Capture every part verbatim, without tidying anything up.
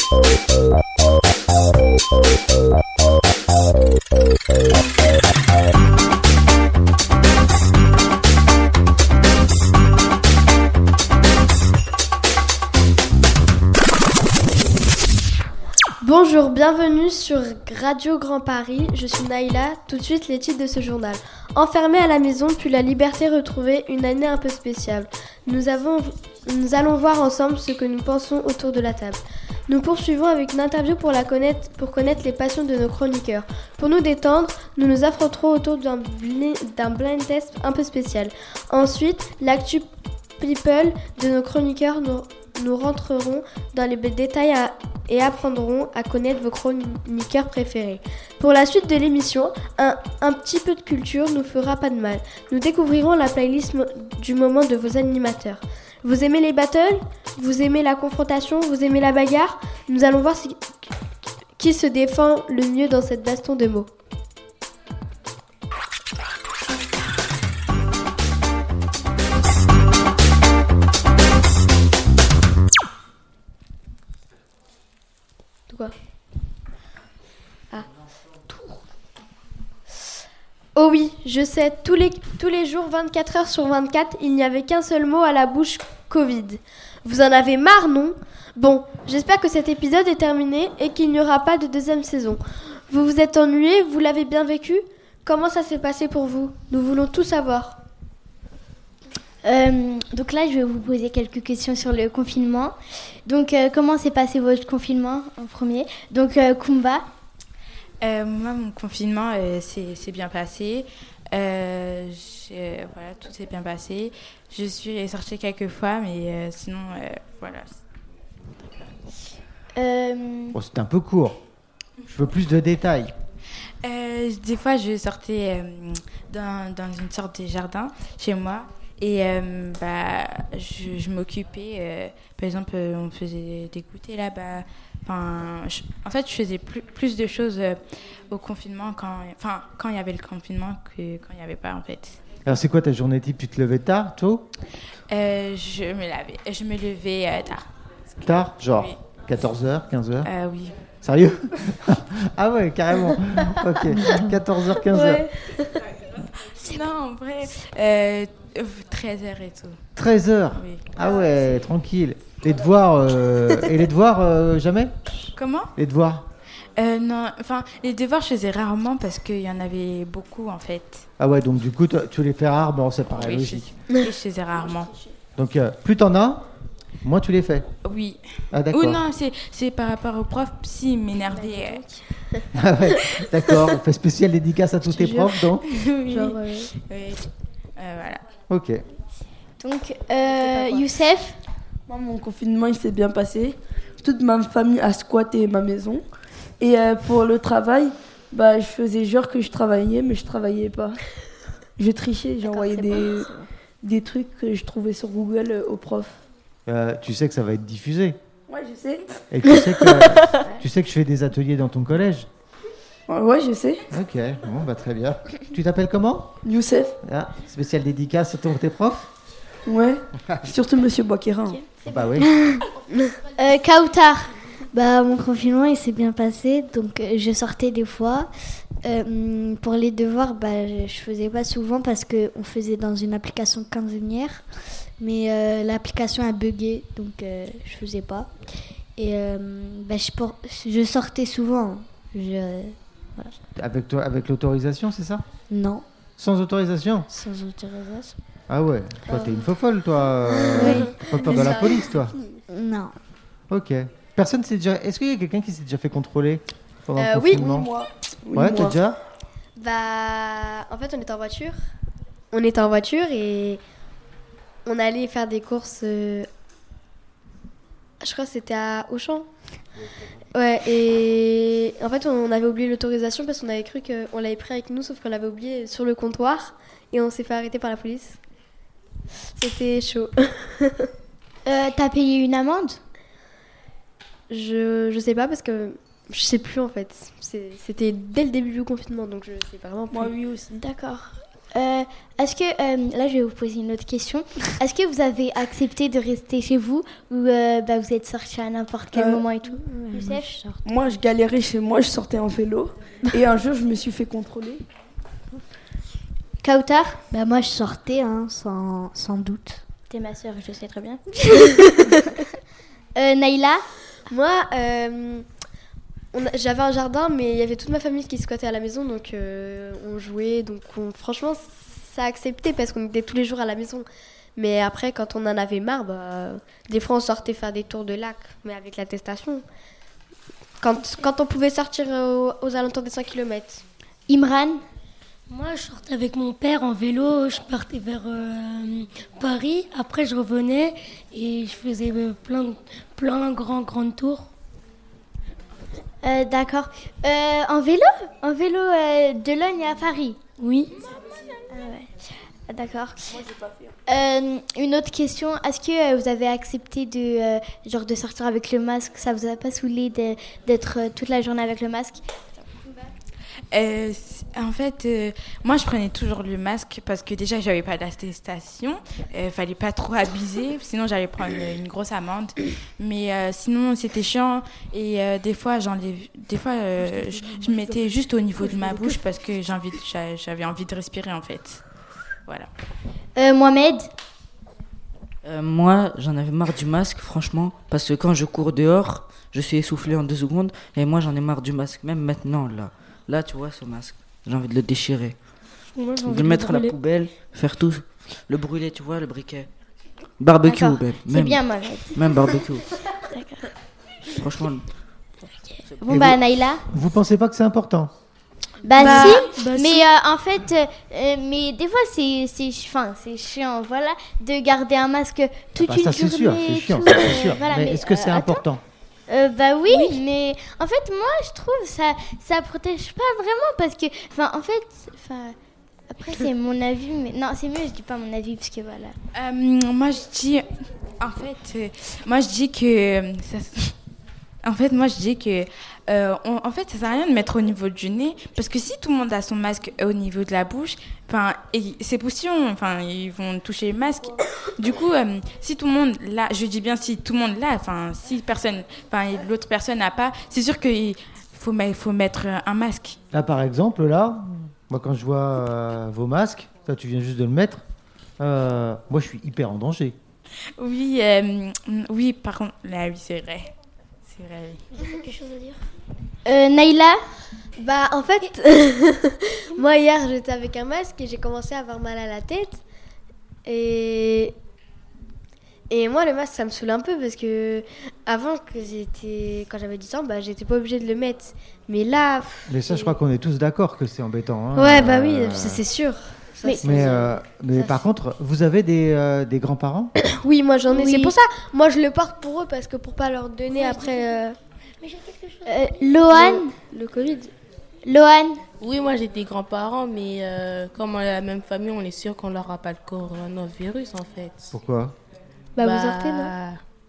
Bonjour, bienvenue sur Radio Grand Paris, je suis Naïla, tout de suite les titres de ce journal. Enfermé à la maison, puis la liberté retrouvée, une année un peu spéciale. Nous, avons, nous allons voir ensemble ce que nous pensons autour de la table. Nous poursuivons avec une interview pour, la connaître, pour connaître les passions de nos chroniqueurs. Pour nous détendre, nous nous affronterons autour d'un, bli, d'un blind test un peu spécial. Ensuite, l'actu people de nos chroniqueurs nous, nous rentrerons dans les détails à, et apprendront à connaître vos chroniqueurs préférés. Pour la suite de l'émission, un, un petit peu de culture nous fera pas de mal. Nous découvrirons la playlist du moment de vos animateurs. Vous aimez les battles ? Vous aimez la confrontation ? Vous aimez la bagarre ? Nous allons voir si, qui se défend le mieux dans cette baston de mots. Quoi ? Ah. Oh oui, je sais, tous les, tous les jours, vingt-quatre heures sur vingt-quatre, il n'y avait qu'un seul mot à la bouche, Covid. Vous en avez marre, non ? Bon, j'espère que cet épisode est terminé et qu'il n'y aura pas de deuxième saison. Vous vous êtes ennuyés, vous l'avez bien vécu ? Comment ça s'est passé pour vous ? Nous voulons tout savoir. Euh, donc là, je vais vous poser quelques questions sur le confinement. Donc, euh, comment s'est passé votre confinement en premier ? Donc, euh, Kumba. Euh, moi, mon confinement, euh, c'est, c'est bien passé. Euh, voilà, tout s'est bien passé. Je suis sortie quelques fois, mais euh, sinon, euh, voilà. Euh... Oh, c'est un peu court. Je veux plus de détails. Euh, des fois, je sortais euh, dans, dans une sorte de jardin chez moi. Et euh, bah, je, je m'occupais, euh, par exemple, euh, on faisait des goûters là-bas. Enfin, je, en fait, je faisais plus, plus de choses euh, au confinement, quand, enfin, quand il y avait le confinement que quand il n'y avait pas, en fait. Alors, c'est quoi ta journée type ? Tu te levais tard, tôt ? euh, Je me lavais, je me levais euh, tard. Tard ? Genre oui. quatorze heures, quinze heures ? euh, Oui. Sérieux ? Ah ouais, carrément. Ok, quatorze heures, quinze heures. Ouais. Non, en vrai, euh, treize heures et tout. treize heures ? Oui. Ah ouais, tranquille. Les devoirs, euh, et les devoirs, euh, jamais ? Comment ? Les devoirs ? euh, Non, enfin, les devoirs, je faisais rarement parce qu'il y en avait beaucoup, en fait. Ah ouais, donc du coup, toi, tu les fais rarement, ça paraît oui, logique. Je, oui, je faisais rarement. Donc, euh, plus t'en as, moins tu les fais ? Oui. Ah d'accord. Ou non, c'est, c'est par rapport aux profs, s'ils m'énervaient. Euh... Ah ouais, d'accord, on fait spécial dédicace à tous tes profs, donc oui. Genre, euh... oui. Euh, voilà. Ok. Donc, euh, Youssef ? Moi, mon confinement, il s'est bien passé. Toute ma famille a squatté ma maison. Et euh, pour le travail, bah, je faisais genre que je travaillais, mais je travaillais pas. Je trichais, j'envoyais des, bon. des trucs que je trouvais sur Google euh, aux profs. Euh, tu sais que ça va être diffusé. Ouais, je sais. Et tu sais que, tu sais que je fais des ateliers dans ton collège. Ouais, je sais. Ok, bon, bah très bien. Tu t'appelles comment ? Youssef. Ah, spécial dédicace à tes profs ? Ouais, surtout Monsieur Boquerin. Okay. Bah oui. euh, Kautar. Bah, mon confinement, il s'est bien passé, donc euh, je sortais des fois. Euh, pour les devoirs, bah, je, je faisais pas souvent parce qu'on faisait dans une application quinzainière. Mais euh, l'application a bugué, donc euh, je faisais pas. Et euh, bah, je, por- je sortais souvent. Je, voilà. Avec, toi, avec l'autorisation, c'est ça ? Non. Sans autorisation ? Sans autorisation. Ah ouais, toi t'es une fofolle, toi. Oui. T'as pas peur de la police, toi ? Non. Ok. Personne s'est déjà... Est-ce qu'il y a quelqu'un qui s'est déjà fait contrôler pendant euh, le oui. confinement ? Oui, moi. Oui, ouais, moi. t'as déjà ? Bah, en fait, on était en voiture. On était en voiture et on allait faire des courses. Euh... Je crois que c'était à Auchan. Ouais, et en fait, on avait oublié l'autorisation parce qu'on avait cru qu'on l'avait pris avec nous, sauf qu'on l'avait oublié sur le comptoir et on s'est fait arrêter par la police. C'était chaud. euh, t'as payé une amende ? Je, je sais pas parce que je sais plus en fait. C'est, c'était dès le début du confinement donc je sais pas vraiment plus. Moi, oui aussi. D'accord. Euh, est-ce que, euh, là je vais vous poser une autre question. Est-ce que vous avez accepté de rester chez vous ou euh, bah, vous êtes sorti à n'importe quel Euh, moment et tout? Youssef? Moi, je galérais chez moi, je sortais en vélo. Et un jour, je me suis fait contrôler. Kautar? Bah moi je sortais, hein, sans, sans doute. T'es ma soeur, je sais très bien. euh, Naïla? Moi, euh, on a- j'avais un jardin, mais il y avait toute ma famille qui squattait à la maison, donc euh, on jouait. Donc on- franchement, ça a accepté parce qu'on était tous les jours à la maison. Mais après, quand on en avait marre, bah, des fois on sortait faire des tours de lac, mais avec l'attestation. Quand, quand on pouvait sortir aux, aux alentours des cinq kilomètres. Imran? Moi, je sortais avec mon père en vélo, je partais vers euh, Paris. Après, je revenais et je faisais euh, plein, plein grand, grand tours. Euh, d'accord. Euh, en vélo? En vélo euh, de Logne à Paris? Oui. Ah ouais. Ah, d'accord. Euh, une autre question. Est-ce que euh, vous avez accepté de, euh, genre de sortir avec le masque? Ça vous a pas saoulé de- d'être euh, toute la journée avec le masque? Euh, c- en fait, euh, moi, je prenais toujours le masque parce que déjà, j'avais pas d'attestation. Il fallait pas trop abuser, sinon j'allais prendre une grosse amende. Mais euh, sinon, c'était chiant. Et euh, des fois, j'enlève, des fois, euh, je, je mettais juste au niveau de ma bouche parce que j'ai envie de- j'a- j'avais envie de respirer, en fait. Voilà. Euh, Mohamed? Euh, moi, j'en avais marre du masque, franchement, parce que quand je cours dehors, je suis essoufflé en deux secondes, et moi, j'en ai marre du masque, même maintenant, là. Là, tu vois, ce masque, j'ai envie de le déchirer, Moi, j'ai de envie le mettre à la brûler. poubelle, faire tout, le brûler, tu vois, le briquet. Barbecue, D'accord. même. C'est même, bien, Mohamed. même barbecue. Franchement, Bon, Et bah, vous- Naïla? Vous pensez pas que c'est important? Bah, Bah, si, bah, mais si. euh, en fait, euh, euh, mais des fois c'est c'est enfin, c'est chiant, voilà, de garder un masque toute Bah, une ça c'est sûr, journée. c'est chiant, tout, c'est euh, sûr. voilà, mais mais, est-ce que euh, c'est attends. important? Euh, Bah oui, mais en fait moi je trouve ça ça protège pas vraiment parce que enfin en fait enfin après c'est mon avis mais non c'est mieux je dis pas mon avis parce que voilà. Euh, moi, je dis... En fait, euh, moi, je dis que... euh, ça s- en fait, moi, je dis que... euh, on- en fait, ça sert à rien de mettre au niveau du nez. Parce que si tout le monde a son masque au niveau de la bouche, enfin, et ces poussillons, enfin, ils vont toucher le masque. Du coup, euh, si tout le monde l'a... Je dis bien si tout le monde l'a, enfin, si personne... Enfin, et l'autre personne n'a pas, c'est sûr qu'il faut, me- faut mettre un masque. Là, par exemple, là, moi, quand je vois euh, vos masques, toi, tu viens juste de le mettre, euh, moi, je suis hyper en danger. Oui, euh, oui, par contre... Là, oui, c'est vrai. C'est vrai, oui. Quelque chose à dire? Euh, Naïla? Bah, en fait, moi, hier, j'étais avec un masque et j'ai commencé à avoir mal à la tête. Et. Et moi, le masque, ça me saoule un peu parce que avant que j'étais, quand j'avais dix ans, bah, j'étais pas obligée de le mettre. Mais là. pff, Mais ça, je crois qu'on est tous d'accord que c'est embêtant. hein. Ouais, bah oui, Euh, ça, c'est sûr. Ça, Mais- c'est- Mais, euh, mais Ça, par c'est- contre, vous avez des, euh, des grands-parents? Oui, moi j'en ai. Oui. C'est pour ça, moi je le porte pour eux parce que pour pas leur donner après euh, Mais j'ai quelque chose. Euh, Lohan? le Covid. Lohan? Oui, moi j'ai des grands-parents, mais euh, comme on est la même famille, on est sûr qu'on n'aura pas le coronavirus en fait. Pourquoi? Bah, vous sortez, non?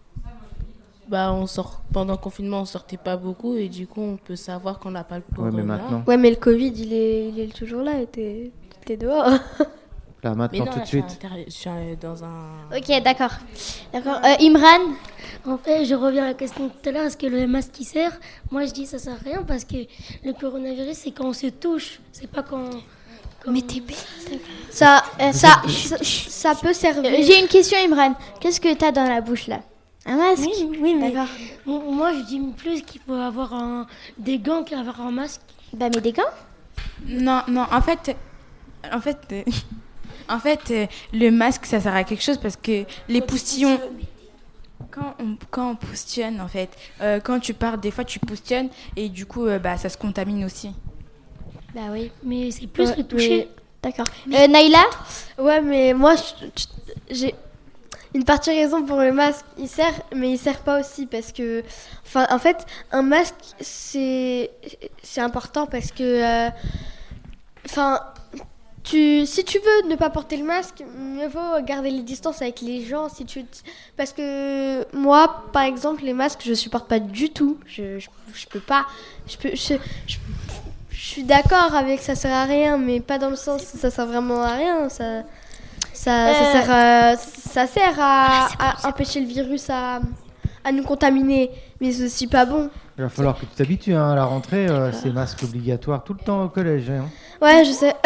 Bah, on sort pendant le confinement, on sortait pas beaucoup et du coup, on peut savoir qu'on n'a pas le Ouais, corona. mais maintenant. Ouais, mais le Covid, il est, il est toujours là et t'es, t'es dehors. Là, Mais maintenant, non, tout là, de je suis, suite. à l'intérieur- je suis euh, dans un. Ok, d'accord. D'accord. Euh, Imran? En fait, je reviens à la question de tout à l'heure, est-ce que le masque qui sert? Moi, je dis ça sert à rien parce que le coronavirus, c'est quand on se touche, c'est pas quand... quand- Mais t'es bête. Ça, Euh, ça, ça, ça peut servir. Euh, J'ai une question, Imran. Qu'est-ce que t'as dans la bouche là? Un masque? Oui, oui, mais D'accord. m- moi, je dis plus qu'il faut avoir un, des gants qu'avoir un masque. Bah, mais des gants? Non, non, en fait, en fait, euh, en fait, euh, le masque, ça sert à quelque chose parce que les postillons, quand on, quand on postillonne, en fait, euh, quand tu pars, des fois, tu postillonnes et du coup, euh, bah, ça se contamine aussi. Bah oui. Mais c'est plus Ouais, le toucher. D'accord. Euh, Naïla? Ouais, mais moi, je- je- j'ai une partie raison pour le masque. Il sert, mais il sert pas aussi parce que, enfin, en fait, un masque, c'est, c'est important parce que, euh, enfin, tu, si tu veux ne pas porter le masque, mieux vaut garder les distances avec les gens. Si tu, parce que moi, par exemple, les masques, je supporte pas du tout. Je, je, je peux pas. Je peux, je, je, je suis d'accord avec ça sert à rien, mais pas dans le sens où ça sert vraiment à rien. Ça, ça, Euh. ça sert, à, ça sert à, à empêcher le virus à, à nous contaminer, mais c'est aussi pas bon. Il va falloir que tu t'habitues hein, à la rentrée, euh, c'est masque obligatoire tout le temps au collège. Hein. Ouais, je sais.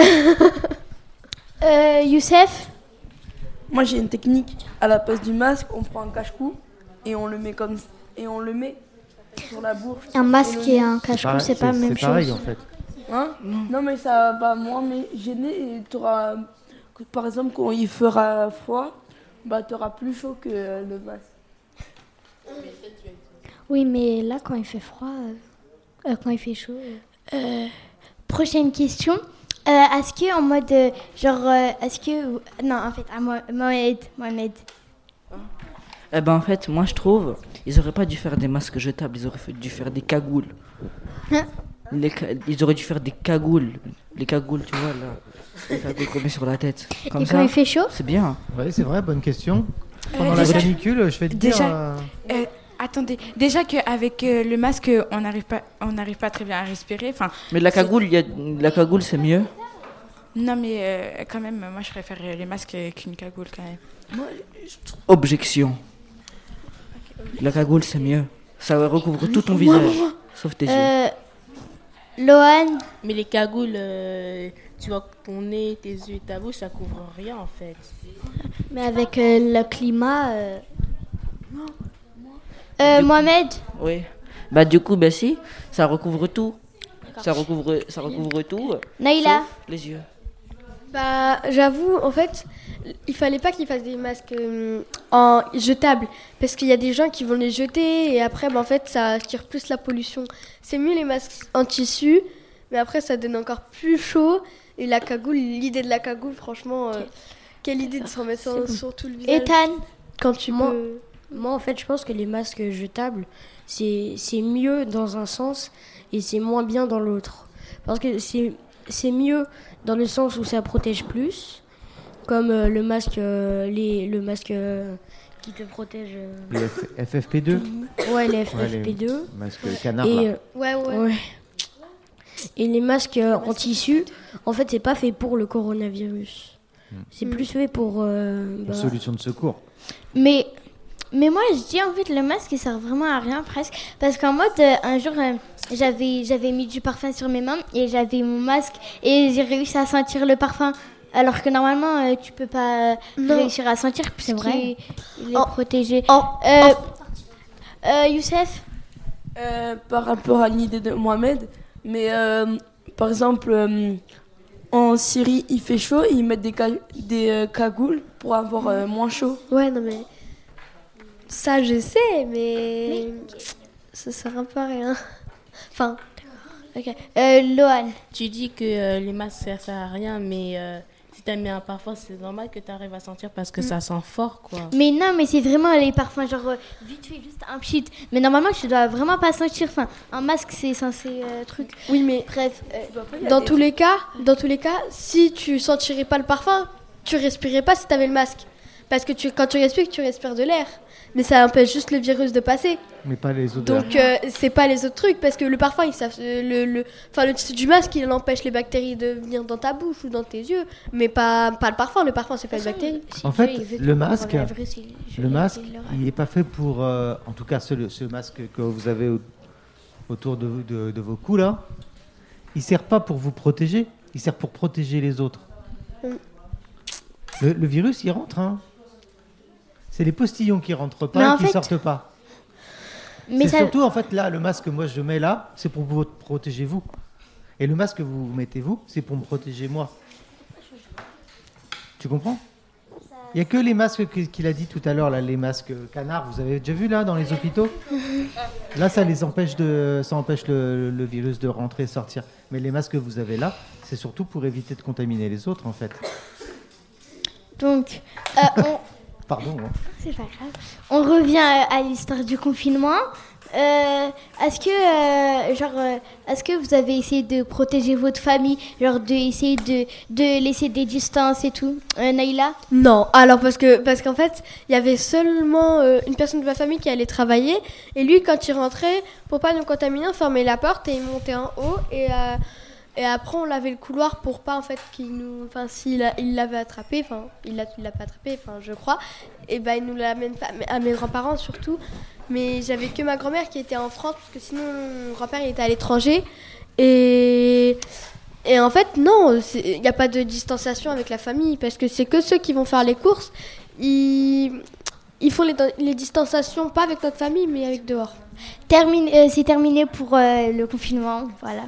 Euh, Youssef? Moi, j'ai une technique. À la place du masque, on prend un cache-cou et on le met comme et on le met sur la bouche. Un masque et un C'est cache-cou, pareil, c'est pas la même c'est pareil chose. en fait. Hein non, mais ça va moins mais gêner et t'auras, par exemple, quand il fera froid, bah t'auras plus chaud que euh, le masque. Oui, mais là, quand il fait froid, euh, euh, quand il fait chaud. euh. Euh, prochaine question. Euh, est-ce que en mode euh, genre, euh, est-ce que non, en fait, à moi, Mohamed, Mohamed. Eh ben en fait, moi je trouve, ils auraient pas dû faire des masques jetables, ils auraient fait- dû faire des cagoules. Hein Les ca- ils auraient dû faire des cagoules. Les cagoules, tu vois là. Les cagoules qu'on met sur la tête. Comme Et ça, quand il fait chaud? c'est bien. Oui, c'est vrai, bonne question. Pendant Euh, la déjà- canicule, je vais te déjà- dire. euh, Euh, attendez, déjà qu'avec euh, le masque, on n'arrive pas, on n'arrive pas très bien à respirer. Enfin, Mais la cagoule, il y a... la cagoule c'est mieux. non, mais euh, quand même, moi, je préfère les masques qu'une cagoule quand même. Objection. La cagoule c'est mieux. Ça recouvre tout ton visage, sauf tes yeux. Euh, Lohan, Mais les cagoules, euh, tu vois que ton nez, tes yeux et ta bouche, ça couvre rien en fait. mais avec euh, le climat. Euh... Euh, Mohamed, Oui. Bah du coup, bah si, ça recouvre tout. Ça recouvre, ça recouvre tout. Naïla. Sauf les yeux. Bah, j'avoue, en fait, il fallait pas qu'ils fassent des masques euh, en jetables, parce qu'il y a des gens qui vont les jeter et après, bah, en fait, ça attire plus la pollution. C'est mieux les masques en tissu, mais après, ça donne encore plus chaud. Et la cagoule, l'idée de la cagoule, franchement, euh, quelle idée de s'en mettre sur, sur tout le visage. Ethan. Quand tu Moi- peux... Moi, en fait, je pense que les masques jetables, c'est c'est mieux dans un sens et c'est moins bien dans l'autre. Parce que c'est c'est mieux dans le sens où ça protège plus, comme euh, le masque, euh, les, le masque euh, qui te protège. euh, Les F- F F P deux, Ouais, les Ouais, les F F P deux. masque canard. là. Et, euh, Ouais, ouais. ouais. Et les masques euh, en tissu, en fait, c'est pas fait pour le coronavirus. C'est Mm. plus fait pour. euh, Une bah, solution de secours. Mais, mais moi, je dis en fait, le masque, il sert vraiment à rien presque. Parce qu'en mode, euh, un jour, euh, j'avais, j'avais mis du parfum sur mes mains et j'avais mon masque et j'ai réussi à sentir le parfum. Alors que normalement, euh, tu peux pas Non. réussier à sentir. C'est puisqu'il vrai. est- Il est En- protégé. en- Euh, euh, Youssef, Euh, par rapport à l'idée de Mohamed, mais euh, par exemple, euh, en Syrie, il fait chaud, ils mettent des, ca- des euh, cagoules pour avoir euh, moins chaud. Ouais, non, mais... Ça, je sais, mais... Ça sert un peu à rien. Enfin... ok. Euh, Lohan, Tu dis que euh, les masques, ça sert à rien, mais euh, si t'as mis un parfum, c'est normal que tu arrives à sentir parce que ça sent fort, quoi. mais non, mais c'est vraiment les parfums, genre euh, vite fait, juste un pchit. Mais normalement, tu dois vraiment pas sentir. Enfin, un masque, c'est censé euh, truc. Oui, mais... Bref, euh, Dans tous les cas, dans tous les cas, si tu sentirais pas le parfum, tu respirais pas si t'avais le masque. Parce que tu, quand tu respires, tu respires de l'air. Mais ça empêche juste le virus de passer. Mais pas les odeurs. Donc euh, c'est pas les autres trucs parce que le parfum, il, ça, le, le, enfin le tissu du masque, il empêche les bactéries de venir dans ta bouche ou dans tes yeux, mais pas, pas le parfum. Le parfum, c'est pas les bactéries. En fait, le masque, le masque, il n'est pas fait pour, euh, en tout cas ce, ce masque que vous avez au- autour de, de, de vos coups là, il sert pas pour vous protéger, il sert pour protéger les autres. Mm. Le, le virus, il rentre, hein. C'est les postillons qui rentrent pas Mais et en qui fait- sortent pas. mais C'est ça, surtout en fait là, le masque que moi je mets là, c'est pour vous protéger vous. Et le masque que vous mettez vous, c'est pour me protéger moi. Tu comprends? Il n'y a que les masques que- qu'il a dit tout à l'heure, là, les masques canards, vous avez déjà vu là dans les hôpitaux? Là, ça les empêche de, ça empêche le, le virus de rentrer et sortir. Mais les masques que vous avez là, c'est surtout pour éviter de contaminer les autres en fait. donc, euh, on, Pardon. hein. c'est pas grave. On revient à, à l'histoire du confinement. Euh, est-ce que, euh, genre, euh, est-ce que vous avez essayé de protéger votre famille, genre de essayer de, de laisser des distances et tout, euh, Naïla? Non, alors parce que parce qu'en fait, il y avait seulement euh, une personne de ma famille qui allait travailler et lui, quand il rentrait, pour pas nous contaminer, on fermait la porte et il montait en haut et euh, Et après, on lavait le couloir pour pas, en fait, qu'il nous... Enfin, s'il a- il l'avait attrapé, enfin, il l'a, il l'a pas attrapé, enfin, je crois, et ben, il nous l'amène pas, mais à mes grands-parents surtout. Mais j'avais que ma grand-mère qui était en France, parce que sinon, mon grand-père, il était à l'étranger. Et... Et en fait, non, il n'y a pas de distanciation avec la famille, parce que c'est que ceux qui vont faire les courses, ils, ils font les, les distanciations, pas avec notre famille, mais avec dehors. Termine, euh, c'est terminé pour euh, le confinement, voilà.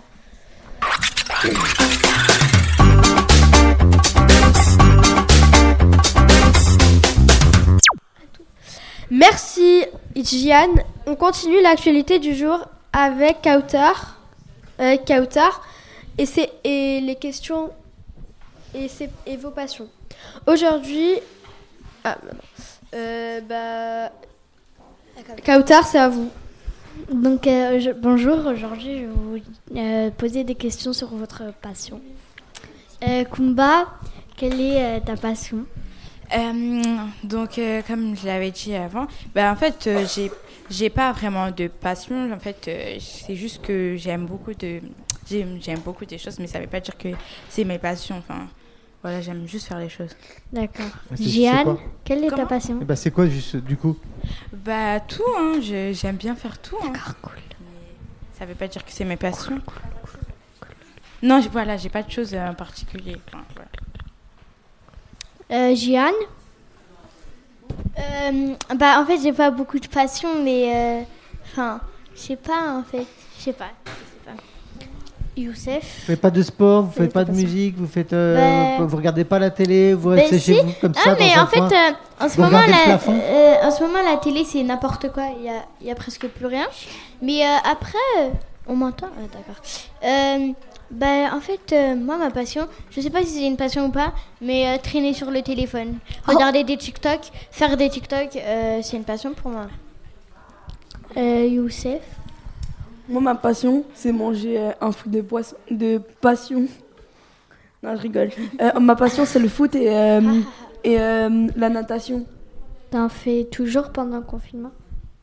Merci, Gian. On continue l'actualité du jour avec Kautar. Avec Kautar. Et, c'est, et les questions et, c'est, et vos passions. Aujourd'hui, ah, euh, bah, Kautar, c'est à vous. Donc euh, je, bonjour, aujourd'hui je vais vous euh, poser des questions sur votre passion. Euh, Kumba, quelle est euh, ta passion? Euh, donc, euh, comme je l'avais dit avant, bah, en fait, euh, j'ai, j'ai pas vraiment de passion. En fait, euh, c'est juste que j'aime beaucoup de, j'aime, j'aime beaucoup des choses, mais ça veut pas dire que c'est mes passions. Enfin, voilà, j'aime juste faire les choses. D'accord. C'est- Jeanne, c'est quelle est Comment ta passion? Eh ben, c'est quoi juste du coup? Bah, tout, hein, je- j'aime bien faire tout. Hein. D'accord, cool. Mais ça veut pas dire que c'est mes passions. Non, j- voilà, j'ai pas de choses en particulier. Enfin, voilà. Euh, Jeanne? Euh, bah en fait j'ai pas beaucoup de passion, mais enfin, je sais pas en fait, je sais pas, je sais pas. Youssef? Vous faites pas de sport, vous Quelle est faites pas ta de passion? musique, vous faites, euh, Bah- vous, vous regardez pas la télé, vous Ben restez si. chez vous comme ça Ah dans mais un en fait, coin. euh, en ce Vous moment regardez le la, plafond euh, en ce moment la télé c'est n'importe quoi, il y a, il y a presque plus rien. Mais euh, après, euh, on m'entend, ah, d'accord. Euh, bah en fait, euh, moi ma passion, je sais pas si c'est une passion ou pas, mais euh, traîner sur le téléphone, regarder des TikTok, faire des TikTok, euh, c'est une passion pour moi. Euh, Youssef? Moi, ma passion, c'est manger euh, un fruit de poisson, de passion. Non, je rigole. Euh, ma passion, c'est le foot et, euh, et euh, la natation. T'en fais toujours pendant le confinement?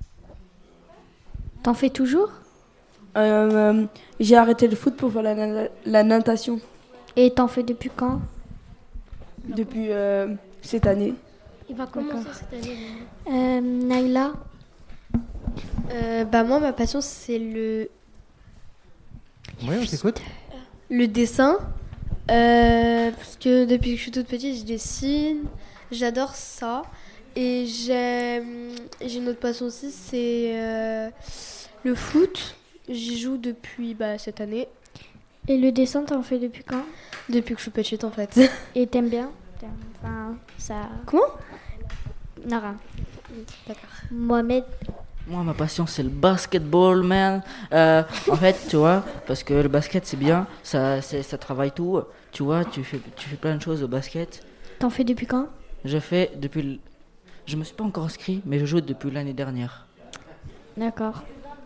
T'en fais toujours? Euh, euh, j'ai arrêté le foot pour faire la, na- la natation Et t'en fais depuis quand? depuis euh, cette année. Il va commencer cette année. Euh, Naïla? Euh, bah, moi, ma passion, c'est le, Oui, on t'écoute. le dessin. Euh, parce que depuis que je suis toute petite, je dessine. J'adore ça. Et j'aime, j'ai une autre passion aussi, c'est euh, le foot. J'y joue depuis bah, cette année. Et le dessin, t'en fais depuis quand? Depuis que je suis petite, en fait. Et t'aimes bien? T'aimes- Enfin, ça... Comment? Nara. D'accord. Mohamed? Moi, ma passion, c'est le basketball, man. Euh, en fait, tu vois, parce que le basket, c'est bien, ça, c'est- ça travaille tout. Tu vois, tu fais, tu fais plein de choses au basket. T'en fais depuis quand? Je fais depuis... le- Je me suis pas encore inscrit, mais je joue depuis l'année dernière. D'accord.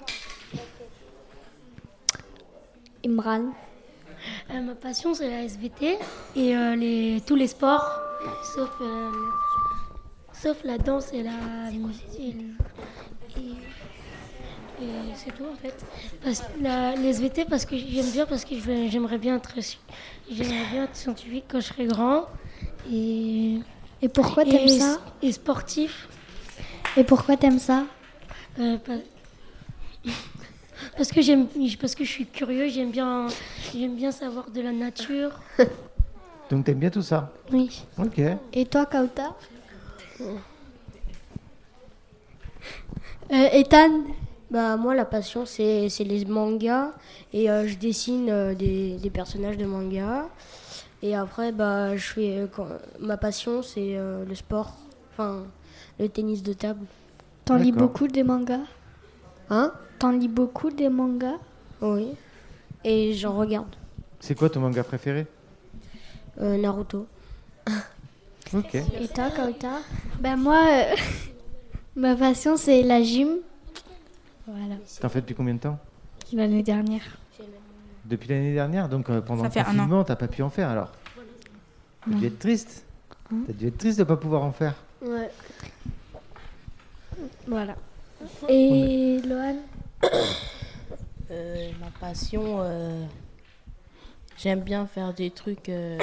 Imran? Euh, ma passion, c'est la S V T et euh, les, tous les sports, sauf, euh, sauf la danse et la musique. Et, et- et c'est tout en fait. Parce, la, les S V T parce que j'aime bien, parce que je vais- j'aimerais bien être, j'aimerais bien être scientifique quand je serai grand. Et, Et pourquoi t'aimes et, ça? Et sportif. Et pourquoi t'aimes ça? Euh, pas- Parce que j'aime, parce que je suis curieux, j'aime bien, j'aime bien savoir de la nature. Donc t'aimes bien tout ça? Oui. Ok. Et toi, Kauta? Euh, Ethan? Bah, moi, la passion, c'est, c'est les mangas. Et euh, je dessine euh, des, des personnages de mangas. Et après, bah, je fais, euh, quand- ma passion, c'est euh, le sport. Enfin, le tennis de table. T'en lis D'accord. beaucoup des mangas? Hein? T'en lis beaucoup des mangas? Oui. Et j'en regarde. C'est quoi ton manga préféré? Euh, Naruto. Ok. Et toi, Kauta? Ben moi, euh, ma passion, c'est la gym. Voilà, T'en fais depuis combien de temps? l'année dernière. Depuis l'année dernière, donc euh, pendant Ça le fait un an. confinement, t'as pas pu en faire alors? T'as dû être triste. T'as dû être triste de pas pouvoir en faire. Ouais. Voilà. Et Loane? Euh, ma passion, euh, j'aime bien faire des trucs euh,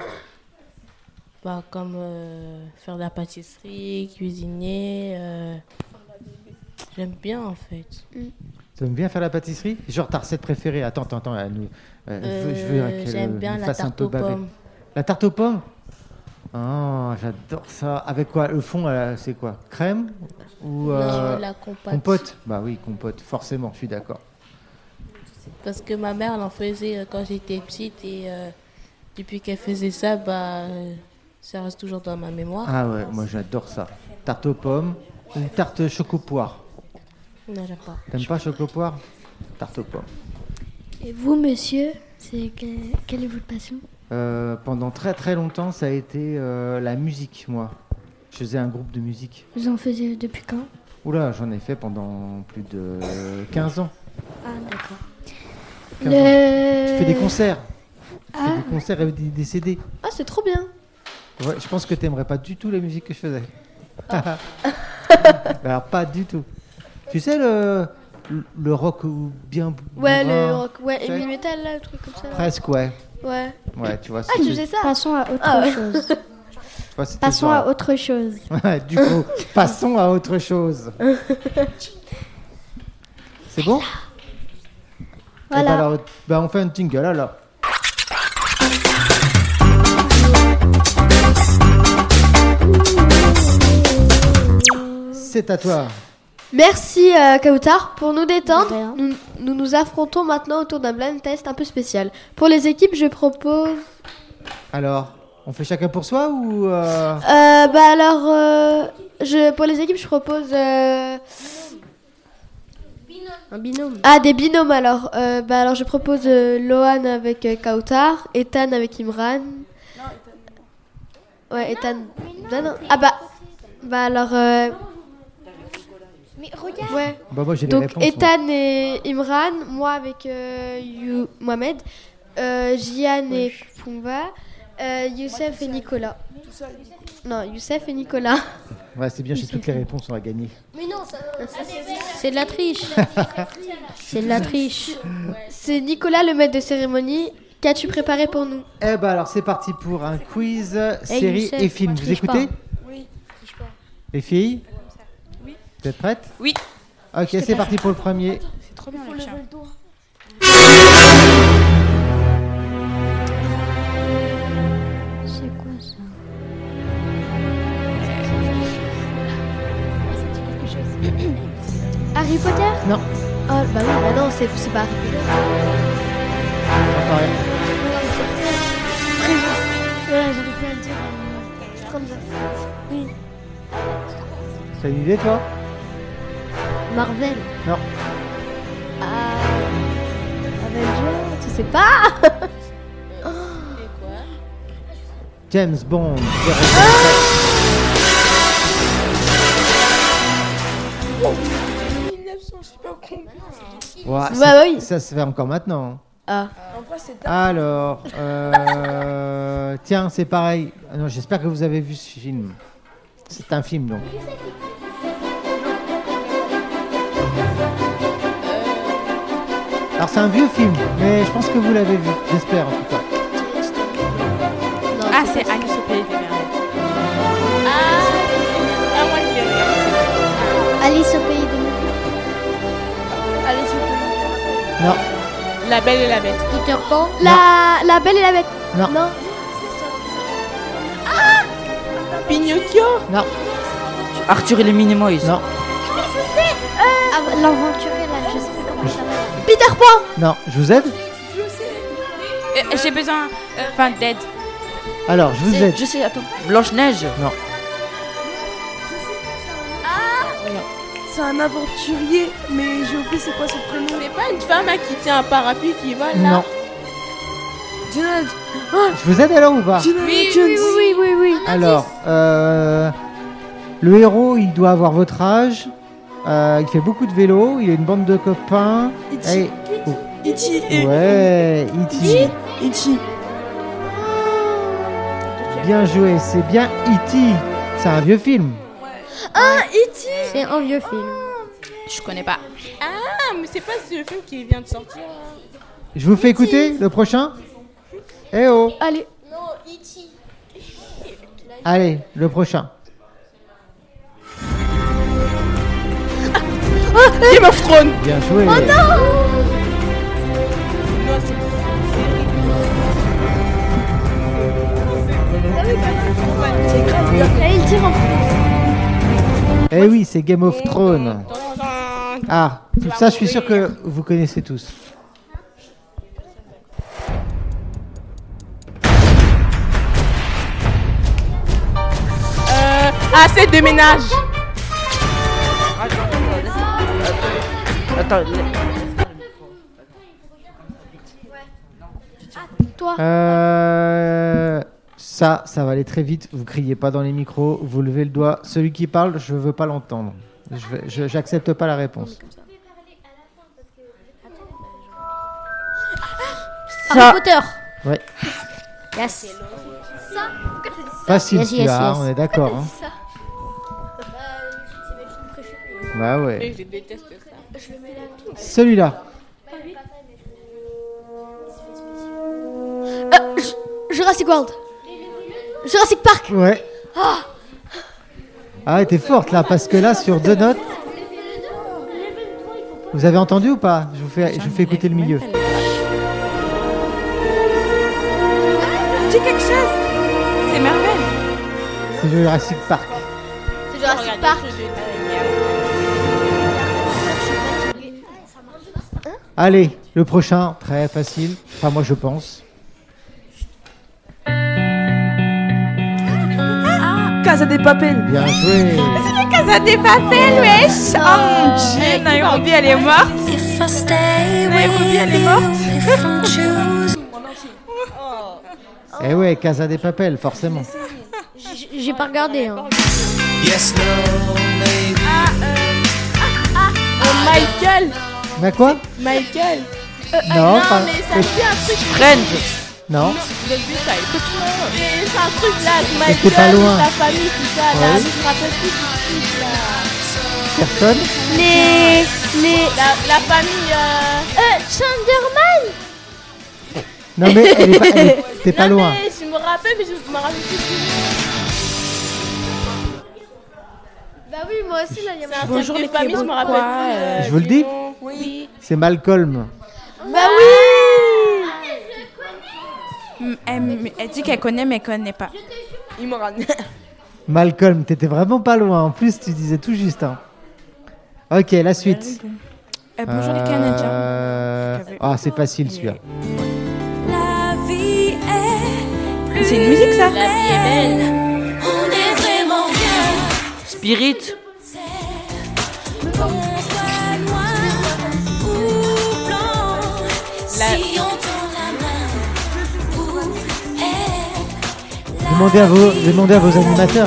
bah, comme euh, faire de la pâtisserie, cuisiner. Euh, j'aime bien en fait. Mm. Tu aimes bien faire la pâtisserie? Genre ta recette préférée? Attends, attends, attends. Elle nous, euh, je veux, je veux, Euh, qu'elle j'aime nous bien la fasse un tarte peu aux baver. pommes. La tarte aux pommes? Oh, j'adore ça. Avec quoi? Le fond, euh, c'est quoi? Crème ou euh, Non, la compote. compote? Bah oui, compote, forcément, je suis d'accord. Parce que ma mère, elle en faisait euh, quand j'étais petite et euh, depuis qu'elle faisait ça, bah, euh, ça reste toujours dans ma mémoire. Ah ouais, moi j'adore ça. Tarte aux pommes ou tarte choco-poire? Non, j'aime pas. T'aimes pas choco-poire? Tarte aux pommes. Et vous, monsieur, c'est que- quelle est votre passion? Euh, pendant très très longtemps, ça a été euh, la musique, moi. Je faisais un groupe de musique. Vous en faisiez depuis quand? Oula, j'en ai fait pendant plus de quinze ans. Ah, d'accord. quinze ans. Je fais des concerts. Je fais Ah. des concerts et des, des C D. Ah, c'est trop bien. Ouais, je pense que t'aimerais pas du tout la musique que je faisais. Alors, pas du tout. Tu sais, le, le rock ou bien. Ouais, bourrin, le rock, ouais, tu sais, heavy metal, là, le truc comme ça. là. Presque, ouais. Ouais. Ouais, tu vois. Ah, tu faisais ça? Passons à autre Ah ouais. chose. tu vois, c'était Passons genre- à autre chose. Ouais, du coup, passons à autre chose. C'est bon? Eh ben Voilà. alors, ben on fait un jingle alors. C'est à toi. Merci euh, Kautar. Pour nous De détendre, rien. nous, nous nous affrontons maintenant autour d'un blind test un peu spécial. Pour les équipes, je propose... Alors, on fait chacun pour soi ou... euh, Euh, bah alors, euh, je, pour les équipes, je propose... euh, Un binôme. Ah, des binômes alors. Euh, bah alors, je propose euh, Lohan avec euh, Kautar, Ethan avec Imran. Ouais, Ethan. Non, non. Ah bah... Bah alors... euh, Mais regarde. Ouais. Bah moi j'ai les Donc réponses. moi. Ethan et Imran, moi avec euh, You- Mohamed, euh, Gian et Pumba, euh, Youssef et Nicolas. Non, Youssef et Nicolas. Ouais, c'est bien, j'ai toutes les réponses, on va gagner. Mais non, ça, c'est de la triche. C'est de la triche. C'est Nicolas le maître de cérémonie. Qu'as-tu préparé pour nous? Eh ben alors c'est parti pour un quiz série Youssef, et film. Vous triche écoutez? pas. Les filles? Oui. Vous êtes prêtes? Oui. Ok, c'est parti pour le premier. C'est trop bien le chien. C'est quoi ça? Harry Potter? Non. Oh bah oui, bah non, c'est c'est pas Harry Potter. J'entends rien. Ouais, j'arrive pas à le dire. Oui. T'as une idée toi? Marvel. Non. Ah, Avengers, tu sais pas? James Bond. mille neuf cents, je sais pas combien. Ouais, Bah c'est- oui. Ça se fait encore maintenant. Ah. En vrai, c'est Alors, euh, tiens, c'est pareil. Ah non, j'espère que vous avez vu ce film. C'est un film donc. Alors c'est un vieux film, mais je pense que vous l'avez vu. J'espère en tout cas. Non, Ah, c'est c'est pas- Alice au pays des merveilles. Ah, ah moi je l'ai regardé. Alice au pays des merveilles. Allez, c'est Non, La Belle et la Bête. Peter Pan. La, la Belle et la Bête. non, Non. Pinocchio. non, Arthur et les Minimoys. non, Ah, l'aventurier là, je sais pas comment ça s'appelle. Peter Pan. non. Je vous aide? Euh, J'ai besoin. euh, Enfin, d'aide. Alors, je vous C'est- aide. Je sais, attends. Blanche-Neige. Non. c'est un aventurier, mais j'ai oublié c'est quoi son prénom. C'est pas une femme hein, qui tient un parapluie qui vole là. Non. Jonathan. Je vous aide alors ou pas? Jonathan Oui, Jones. oui, Oui, oui, oui. Alors, euh, le héros, il doit avoir votre âge. Euh, il fait beaucoup de vélo. Il a une bande de copains. Ichi. Et- oh, Ichi et ouais, E T Ichi. Bien joué, c'est bien E T C'est un vieux film. C'est un vieux film. Je connais pas. Ah, mais c'est pas ce film qui vient de sortir. Je vous fais écouter le prochain? Eh oh. Allez. Non, E T Allez, le prochain. Game of Thrones. Bien joué. Oh non. Et il tire en plus. Eh oui, c'est Game of Thrones. Ah, tout ça, je suis sûr que vous connaissez tous. Euh, assez de ménage. Attends, Toi. Euh, ça, ça va aller très vite. Vous criez pas dans les micros. Vous levez le doigt. Celui qui parle, je veux pas l'entendre. Je vais- je- j'accepte pas la réponse. Harry Potter. Ouais. Yes. Facile Yes, yes, celui-là, yes. on est d'accord. hein. Ça. Bah ouais. Je déteste ça. Celui-là. Euh, J- Jurassic World. Jurassic Park. Ouais. Ah, t'es forte là, parce que là, sur deux notes. Vous avez entendu ou pas? Je vous fais, je vous fais écouter le milieu. Dis quelque chose. C'est Marvel. C'est Jurassic Park. C'est Jurassic Park. Allez, le prochain, très facile. Enfin, moi, je pense. Casa des Papel. Bien joué. Casa des Papel, wesh. Oh mon dieu, Nairobi, elle est morte. Nairobi, elle est morte. Eh ouais, Casa des Papel, forcément. J- J'ai pas regardé. Hein. Oh, Michael. Mais quoi? Michael. Non, pas. mais ça dit un truc. Friends. Non. Le but, ça écoute-moi. Mais c'est un truc là, avec Michael, C'était pas loin. sa famille, tout ça. Là, Ouais. je me rappelle plus du truc là. Personne? Les. les la, la famille. Euh... Euh, Chanderman. Non, mais elle est pas, elle est- t'es pas non, loin. mais je me rappelle, mais je me rappelle plus du Bah oui, moi aussi là, il y a C'est un Bonjour truc de famille, je me rappelle plus. euh, Je vous le du dis? nom. Oui. C'est Malcolm. Bah oui. Mm, Elle, elle dit qu'elle connaît, mais elle connaît pas. Il me rend. Malcolm, t'étais vraiment pas loin. En plus, tu disais tout juste. hein. Ok, la suite. Euh, bonjour les Canadiens. Euh, Ah, c'est facile celui-là. C'est une musique ça. La vie est belle. Spirit. Demandez à vos, demandez à vos animateurs.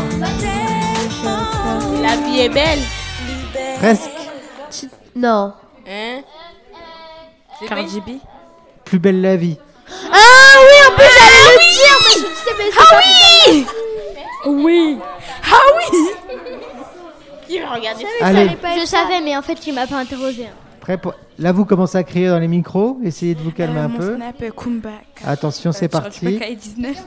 La vie est belle. Presque. Non. Hein? Cardi B. Plus belle la vie. Ah oui, en plus j'allais le dire, mais je sais mais c'est Ah oui. Oui. Ah oui. Qui va regarder ça? Allez, Je savais, mais en fait, tu m'as pas interrogé. hein. prêt pour... Là, vous commencez à crier dans les micros. Essayez de vous calmer Euh, un mon peu. Snap, euh, Kumba. Attention, c'est Euh, je crois que parti. K dix-neuf.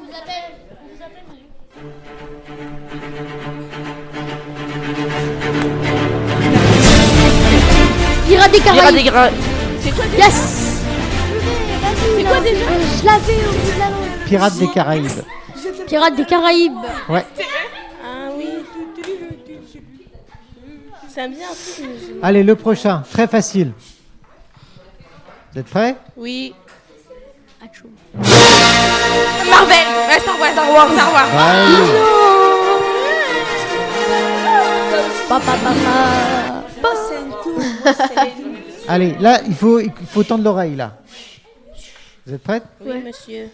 Pirates des Pirates Caraïbes. des Gra- C'est quoi déjà? Yes. C'est quoi déjà? Je l'avais au bout de la langue. Pirates des Caraïbes. Pirates des Caraïbes. Ouais. Ah oui. Ça me vient un truc. mais je- Allez, le prochain. Très facile. Vous êtes prêts? Oui. Marvel. Ouais, Star Wars. Star Wars. Star Wars. Allez. Papa, papa. Allez, là, il faut, il faut tendre l'oreille, là. Vous êtes prêtes? Oui, monsieur.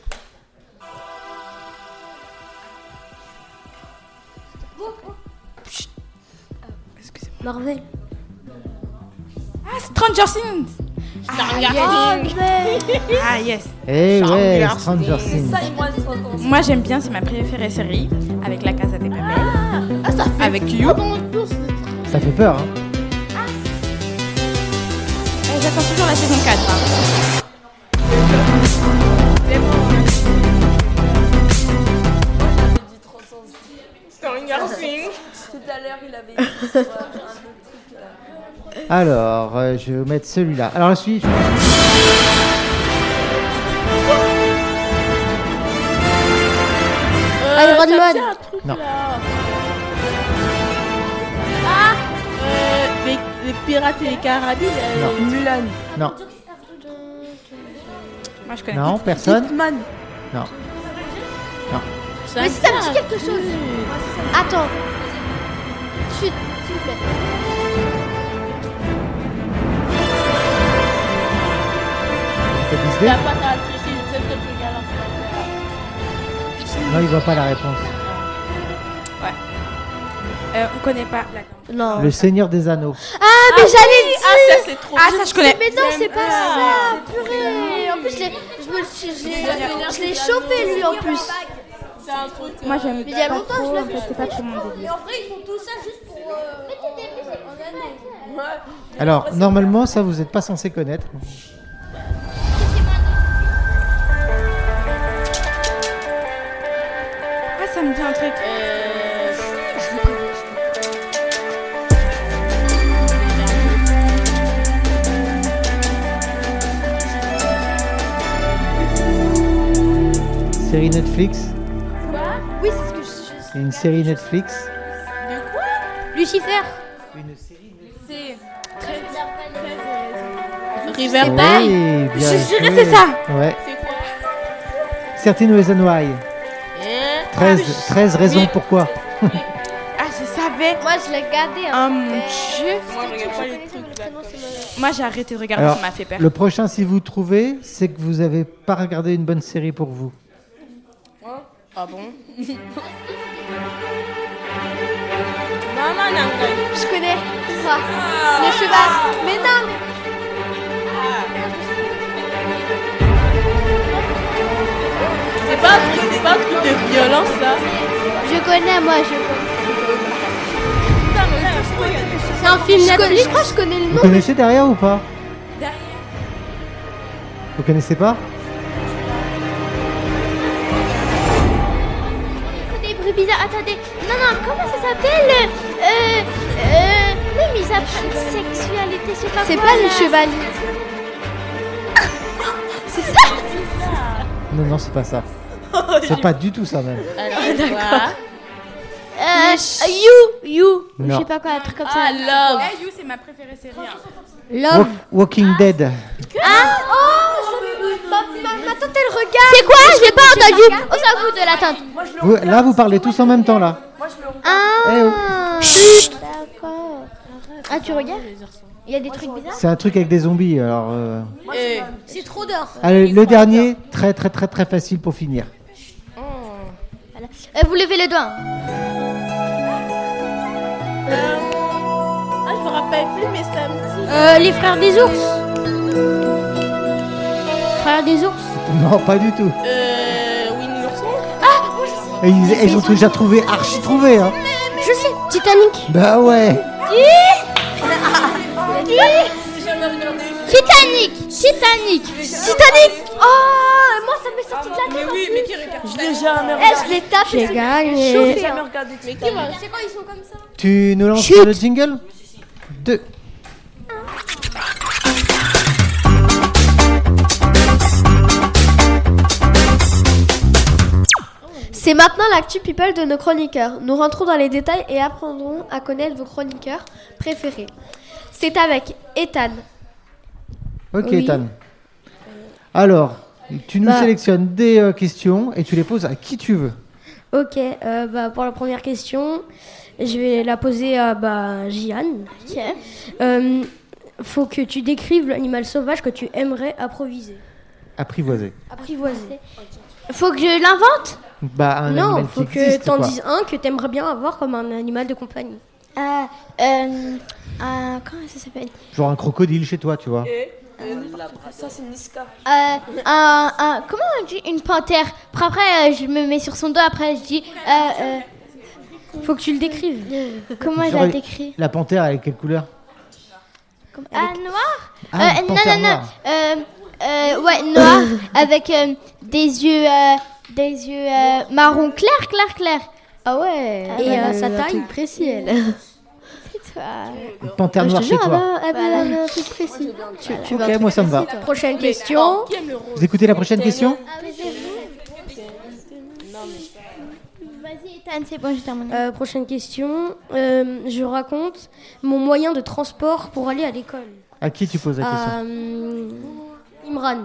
Marvel. Ah, Stranger Things. Ah, ah yes. Eh ouais, Stranger Stranger Things. Moi j'aime bien, c'est ma préférée série avec la Casa des Papel. Ah, ça fait avec You. Ça fait peur, hein. Euh, J'attends toujours la saison quatre. hein. à l'heure, il avait dit sur, euh, un autre truc, là. Alors, euh, je vais mettre celui-là. Alors, la suite. Euh, Iron ça me Man. dit un truc, Non. là. Ah euh, les, les pirates et les Caraïbes. Non. euh, Mulan. Non. Moi, je connais. Non, personne. Hitman. Non. ça Mais me si ça me dit dit un quelque truc. chose. Attends. Chut, s'il vous plaît. T'as Il Disney n'y a pas ta tricher, je sais que tu regardes Non, il voit pas la réponse. Euh, on connaît pas. D'accord. Non. Le Seigneur des Anneaux. Ah, mais j'allais le dire. Ah, ça c'est trop. Ah, ça, je connais. Mais non, c'est pas Ah, ça. Purée. En plus, je l'ai, je me le suis, j'ai- je l'ai chauffé lui en plus. C'est un truc. euh, Moi, j'aime Mais il y a pas longtemps, trop, je l'ai en fait, c'est pas trop mon délire. en vrai, ils font tout ça juste pour. Alors, normalement, ça, vous n'êtes pas censé connaître. Ah, ça me dit un truc. Série Netflix. Oui, c'est ce que je. C'est une série Netflix. Lucifer. Une série C'est. Riverdale. Oui, bien Je dirais joué. c'est ça. Ouais. C'est quoi Certain Reason Why. Hein treize, treize raisons Oui. pourquoi. Ah, je savais. Moi, je l'ai gardé. Oh Hein. mon dieu. Moi, je regarde pas les trucs là. Moi, j'ai arrêté de regarder, Alors, ça m'a fait peur. le prochain, si vous trouvez, c'est que vous n'avez pas regardé une bonne série pour vous. Ah bon Maman Nanga. Je connais. Ça. Le cheval. Mais non. C'est pas un truc, c'est pas un truc de violence là. Je connais, moi, je connais. Putain, mais là, je regarde. C'est un film Netflix. Je crois que je connais le Vous nom. connaissez derrière ou pas? Derrière. Vous connaissez pas? Des bruits bizarres. Attendez. Non, non, comment ça s'appelle Euh. Euh. Oui, mais ils apprennent sexualité, je sais pas. C'est pas les chevaliers. C'est ça. Non, non, c'est pas ça. C'est pas du tout ça même. Alors, c'est quoi Euh. You. You. Non. Je sais pas quoi, un truc comme ça. Ah, Love. Eh, You, c'est ma préférée série. hein. Love. Walk- Walking Dead. Ah. Oh. Ma, ma, ma tante, elle regarde. C'est quoi? J'ai pas entendu. On s'en fout de la tante. Vous- là, vous parlez tous en même temps là. Ah. Eh oh. Chut. D'accord. Ah, tu regardes? Il y a des trucs bizarres. C'est un truc avec des zombies. Alors, euh, Eh. C'est trop d'or. allez, le dernier, très très très très facile pour finir. Voilà. Euh, vous levez le doigt. Euh, Ah, je me rappelle plus, mais ça me dit. Euh, les frères des ours. Frères des ours. Non, pas du tout. Euh. Winnie l'ourson. Et ils, ils ont déjà trouvé, archi trouvé. Hein. Je sais. Titanic. Bah ouais. Titanic. Titanic. Titanic. Oh, moi ça m'est sorti de la tête. Mais oui, mais qui regarde? Je l'ai jamais Eh, regardé. je les tape. J'ai Je gagné. l'ai jamais regardé. Mais qui va C'est quand ils sont comme ça. Tu nous lances Chut. le jingle? Deux. C'est maintenant l'actu people de nos chroniqueurs. Nous rentrons dans les détails et apprendrons à connaître vos chroniqueurs préférés. C'est avec Ethan. Ok, Oui. Ethan. Alors, tu nous Bah. sélectionnes des euh, questions et tu les poses à qui tu veux. Ok, euh, bah, pour la première question, je vais la poser à bah, Jian. Euh, faut que tu décrives l'animal sauvage que tu aimerais approviser. Apprivoiser. Apprivoiser. Faut que je l'invente? Bah, un Non, animal faut qui que existe, t'en quoi. dises un que t'aimerais bien avoir comme un animal de compagnie. Ah, euh, ah, comment ça s'appelle? Genre un crocodile chez toi, tu vois. Ça, c'est Niska. Euh, un, un, comment on dit une panthère? Après, euh, je me mets sur son dos, après je dis, euh, euh, Faut que tu le décrives. comment je Genre, la il- décris? La panthère, elle est quelle couleur? Ah, noir? Ah, Euh, une non, panthère non, non, noire. euh, euh, ouais, noir, avec euh, des yeux, euh, des yeux euh, marron clair, clair, clair. Ah ouais. Et Elle a euh, sa un taille truc précis, elle. Une panthère Je noire te chez jure, elle toi. a, elle a- elle a un truc précis. Tu, tu vas Ok, moi ça me va. Prochaine question. Vous écoutez la prochaine question? Vas-y, Ethan, c'est bon, j'ai terminé. Euh, prochaine question. Euh, je raconte mon moyen de transport pour aller à l'école. À qui tu poses la question? Euh, Imran.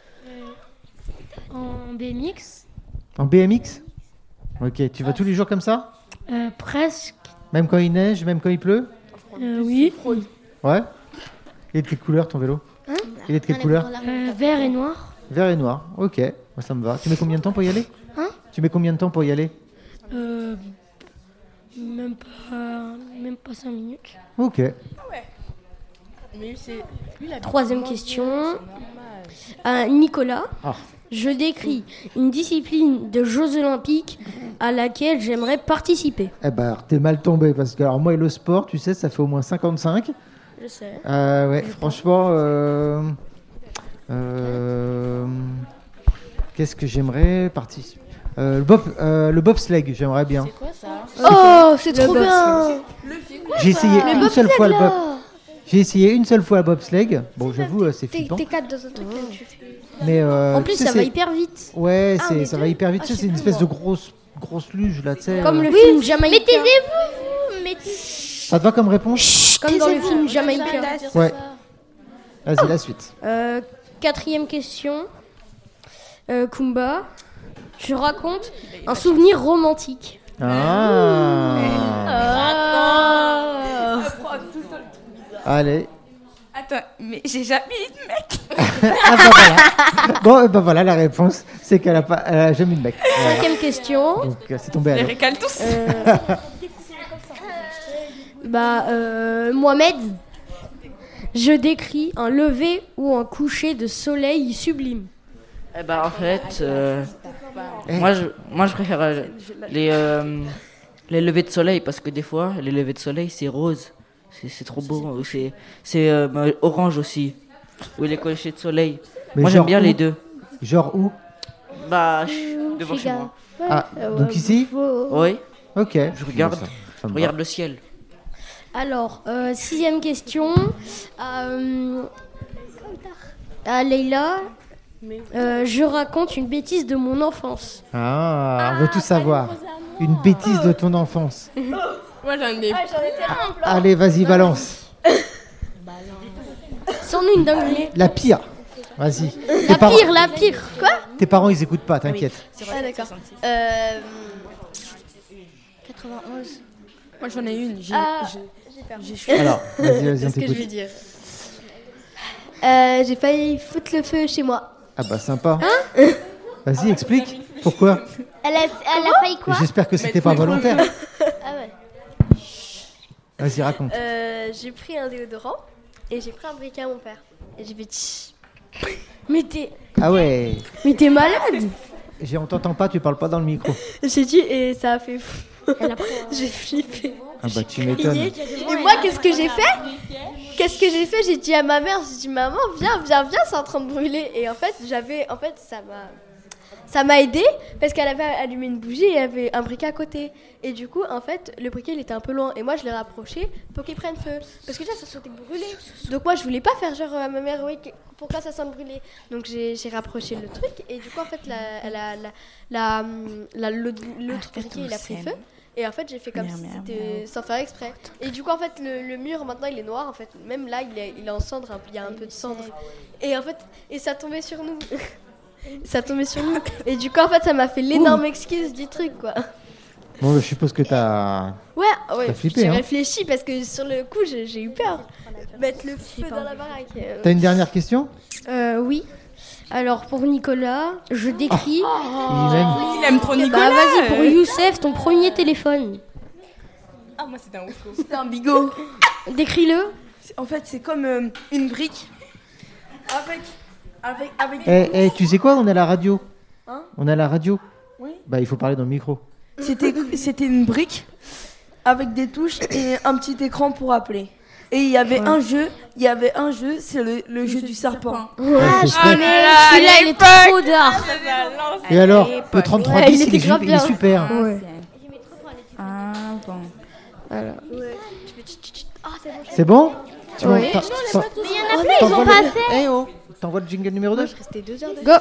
En B M X, En B M X? Ok, tu vas tous les jours comme ça? euh, presque. Même quand il neige, même quand il pleut? Euh, oui. Ouais. Il est de quelle couleur ton vélo? Hein Il est de quelle couleur? Euh, vert et noir. Vert et noir. Ok, moi ça me va. Tu mets combien de temps pour y aller? Hein Tu mets combien de temps pour y aller? Euh, même pas, même pas cinq minutes. Ok. Mais c'est... lui, il a Troisième question. À Nicolas. Ah. Je décris une discipline de Jeux Olympiques à laquelle j'aimerais participer. Eh ben, alors, t'es mal tombé parce que alors moi et le sport, tu sais, ça fait au moins cinquante-cinq. Je sais. Euh, ouais, franchement, euh, euh, qu'est-ce que j'aimerais participer? Euh, le, bob, euh, le bobsleigh, j'aimerais bien. C'est quoi ça? Oh, c'est trop bien. J'ai essayé Le une seule bobsleigh, fois le là. bob. J'ai essayé une seule fois le bobsleigh. Bon, j'avoue, euh, c'est T'es flippant. t'es quatre dans un truc que tu fais. Mais euh, En plus, tu sais, ça va c'est- hyper vite. Ouais, Ah, c'est, mais ça deux. va hyper vite. Ah, Tu sais, je c'est une sais plus, espèce de moi. grosse, grosse luge là, tu sais. Comme euh. le film Jamaïcain. Mais taisez-vous mais Ça te va comme réponse? Comme dans le film Jamaïcain. Ouais. Vas-y, la suite. Euh, quatrième question. Euh, Kumba. Je raconte un souvenir romantique. Ah. Allez. Attends, mais j'ai jamais eu de mec. Ah bah voilà. Bon, euh, bah voilà, la réponse, c'est qu'elle a pas, elle a jamais eu de mec. Voilà. Cinquième question. Donc euh, c'est tombé à Les l'eau. récale tous. Euh, bah, euh, Mohamed. Je décris un lever ou un coucher de soleil sublime. Eh ben en fait, euh, Eh. moi, je, moi je préfère euh, les, euh, les levées de soleil parce que des fois, les levées de soleil c'est rose. C'est, c'est trop beau. C'est, c'est euh, bah, orange aussi. Ou les couchers de soleil. Mais moi genre j'aime bien où les deux. Genre où? Bah, chut, devant chez moi. Ah, donc ici? Oui, Ok. je regarde, Bon, ça- ça me je va. regarde le ciel. Alors, euh, sixième question. Euh, à Leïla. Euh, je raconte une bêtise de mon enfance. Ah, on veut tout savoir. Une bêtise de ton enfance. Moi, j'en ai... Allez, vas-y, balance. Sans une dinguerie. La pire. Vas-y. La Tes parents- pire, la pire. Quoi? Tes parents, ils écoutent pas, t'inquiète. Ah, d'accord. Euh, quatre-vingt-onze. Moi, j'en ai une. J'ai, Ah, j'ai- j'ai peur. j'ai choisi. Alors, vas-y, vas-y, on Qu'est-ce que je vais t'écoute. dire euh, J'ai failli foutre le feu chez moi. Ah bah sympa. Hein Vas-y, explique. Pourquoi? Elle a, elle a failli quoi? J'espère que c'était pas volontaire. Ah ouais. Vas-y, raconte. Euh, j'ai pris un déodorant et j'ai pris un briquet à mon père. Et j'ai fait tch. Mais t'es, Ah ouais. mais t'es malade. J'ai, on t'entend pas, tu parles pas dans le micro. J'ai dit et ça a fait fou. J'ai flippé. Ah bah tu m'étonnes. Et moi, qu'est-ce que j'ai fait Qu'est-ce que j'ai fait J'ai dit à ma mère, j'ai dit maman, viens, viens, viens, c'est en train de brûler. Et en fait, j'avais, en fait, ça m'a, ça m'a aidé parce qu'elle avait allumé une bougie et il y avait un briquet à côté. Et du coup, en fait, le briquet il était un peu loin et moi je l'ai rapproché pour qu'il prenne feu parce que déjà ça sentait brûlé. Donc moi je voulais pas faire genre à ma mère, oui, pourquoi ça sent brûlé. Donc j'ai, j'ai rapproché le truc et du coup en fait la, la, la, la, la- l'autre, l'autre briquet il a pris feu. Et en fait, j'ai fait comme Miam, si miam, c'était sans faire exprès. Et du coup, en fait, le, le mur, maintenant, il est noir. En fait, même là, il est, il est en cendre. un peu- Il y a un peu de cendre. Et en fait, et ça tombait sur nous. Ça tombait sur nous. Et du coup, en fait, ça m'a fait l'énorme excuse du truc, quoi. Bon, je suppose que t'as... Ouais, ouais. T'as flippé, J'ai hein. réfléchi parce que sur le coup, j'ai, j'ai eu peur. Mettre le feu dans la baraque. euh. T'as une dernière question? Euh, oui. Alors pour Nicolas, je décris. Il aime. Il aime trop Nicolas. Bah vas-y pour Youssef, ton premier téléphone. Ah, moi, c'était un oufo. C'est un bigot. Décris-le. C'est- En fait, c'est comme euh, une brique. Avec. Avec. Avec. Eh, eh, tu sais quoi? On est à la radio. Hein? On est à la radio. Oui. Bah, il faut parler dans le micro. C'était, c'était une brique avec des touches et un petit écran pour appeler. Et il y avait un jeu, il y avait un jeu, c'est le, le jeu du serpent. Ouais, c'est chouette. Celui-là il est trop d'art. Et alors, le trente-trois Ouais, il dix, il, était est ju- grave il est bien. super. Ouais. Voilà. C'est bon Tu Oui. m'en- t'en- t'en- Mais il y en a plein, ils t'envoies ont le- pas fait. Eh oh T'envoies le jingle numéro deux? Go.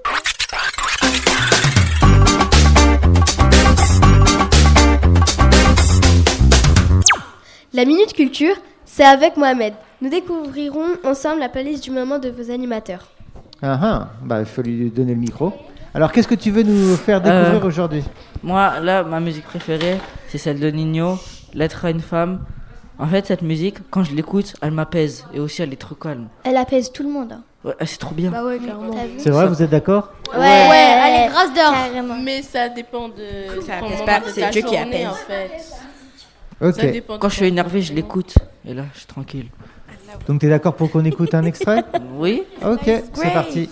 La Minute Culture, c'est avec Mohamed. Nous découvrirons ensemble la playlist du moment de vos animateurs. Ah ah, bah il faut lui donner le micro. Alors qu'est-ce que tu veux nous faire découvrir Euh, aujourd'hui? Moi, là, ma musique préférée, c'est celle de Nino, L'être à une femme. En fait, cette musique, quand je l'écoute, elle m'apaise. Et aussi, elle est trop calme. Elle apaise tout le monde. hein. Ouais, c'est trop bien. Bah ouais, clairement. T'as vu? C'est vrai, vous êtes d'accord? Ouais, ouais, elle est grasse d'or. Carrément. Mais ça dépend de Ça ton apaise moment pas, de c'est ta Dieu qui journée, apaise. en fait. Ok. Ça dépend de Quand je suis ton- énervé, je l'écoute. Et là, je suis tranquille. Donc t'es d'accord pour qu'on écoute un extrait? Oui. Ok, c'est parti.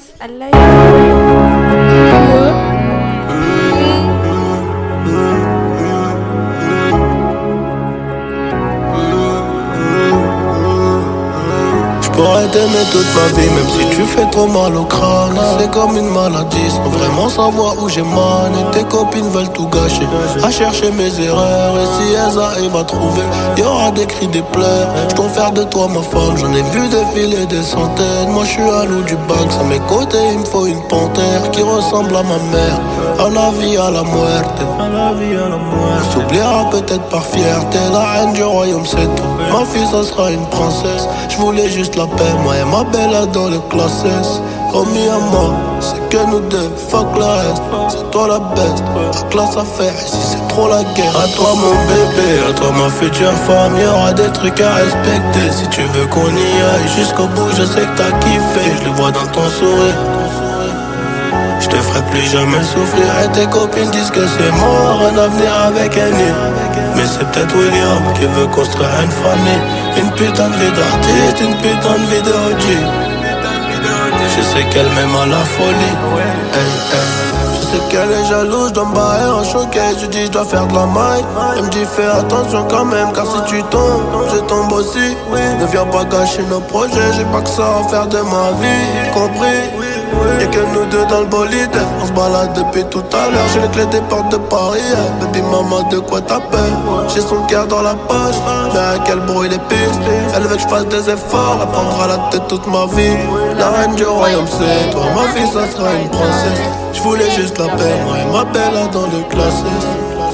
Je pourrais t'aimer toute ma vie, même si tu fais trop mal au crâne. C'est comme une maladie, sans vraiment savoir où j'ai mal. Et tes copines veulent tout gâcher, à chercher mes erreurs. Et si elles arrivent à trouver, y aura des cris, des pleurs. Je dois faire de toi ma femme, j'en ai vu défiler des centaines. Moi je suis un loup du bac, à mes côtés il me faut une panthère qui ressemble à ma mère. À la vie, à la muerte, à la vie, à la muerte. On s'oubliera peut-être par fierté, la reine du royaume c'est toi. Ma fille ça sera une princesse, je voulais juste la paix, moi et ma belle dans le classe S. Oh mi amor, c'est que nous deux, fuck le reste. C'est toi la best, la classe à faire, ici c'est trop la guerre. À toi mon bébé, à toi ma future femme, y'aura des trucs à respecter. Si tu veux qu'on y aille jusqu'au bout, je sais que t'as kiffé, je le vois dans ton sourire. Je te ferai plus jamais souffrir et tes copines disent que c'est mort, un avenir avec un nid. Mais c'est peut-être William qui veut construire une famille. Une putain de vie d'artiste, une putain de vie de O G. Je sais qu'elle m'aime à la folie. Hey, hey. Je sais qu'elle est jalouse, je dois me barrer en choqué. Je dis je dois faire de la maille. Elle me dit fais attention quand même, car si tu tombes, je tombe aussi. Ne viens pas gâcher nos projets, j'ai pas que ça à faire de ma vie. Compris? Y'a que nous deux dans le bolide, on se balade depuis tout à l'heure. J'ai les clés des portes de Paris, eh. Baby maman de quoi t'as peur? J'ai son cœur dans la poche, mais à quel bruit les pistes. Elle veut que je fasse des efforts, elle prendra la tête toute ma vie. La reine du royaume c'est toi, ma fille ça sera une princesse. Je voulais juste la paix, moi et ma belle dans le classe S.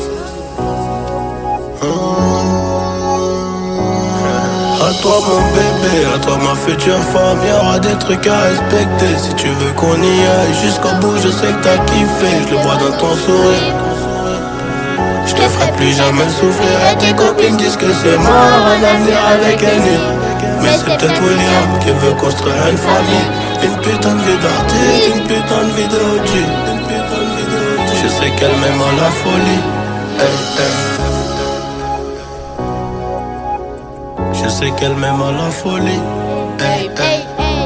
À toi mon bébé, à toi ma future femme, y'aura des trucs à respecter. Si tu veux qu'on y aille jusqu'au bout, je sais que t'as kiffé, je le vois dans ton sourire. Je te ferai plus jamais souffrir et tes copines disent que c'est mort, un avenir avec un nid. Mais c'est peut-être William qui veut construire une famille. Une putain de vie d'artiste, une putain de vie de O G. Je sais qu'elle m'aime à la folie. Hey, hey. Je sais qu'elle m'aime à la folie. Hey, hey.